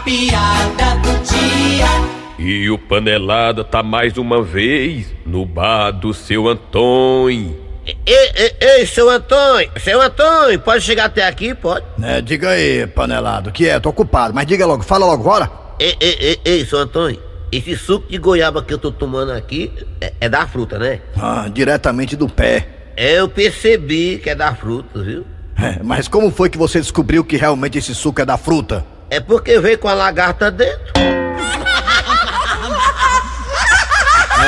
piada do dia. E o Panelada tá mais uma vez no bar do seu Antônio. Ei, seu Antônio, pode chegar até aqui, pode? Diga aí, Panelado, o que é? Tô ocupado, mas diga logo, fala logo, bora. Ei, seu Antônio, esse suco de goiaba que eu tô tomando aqui é da fruta, né? Diretamente do pé. Eu percebi que é da fruta, viu? Mas como foi que você descobriu que realmente esse suco é da fruta? É porque veio com a lagarta dentro.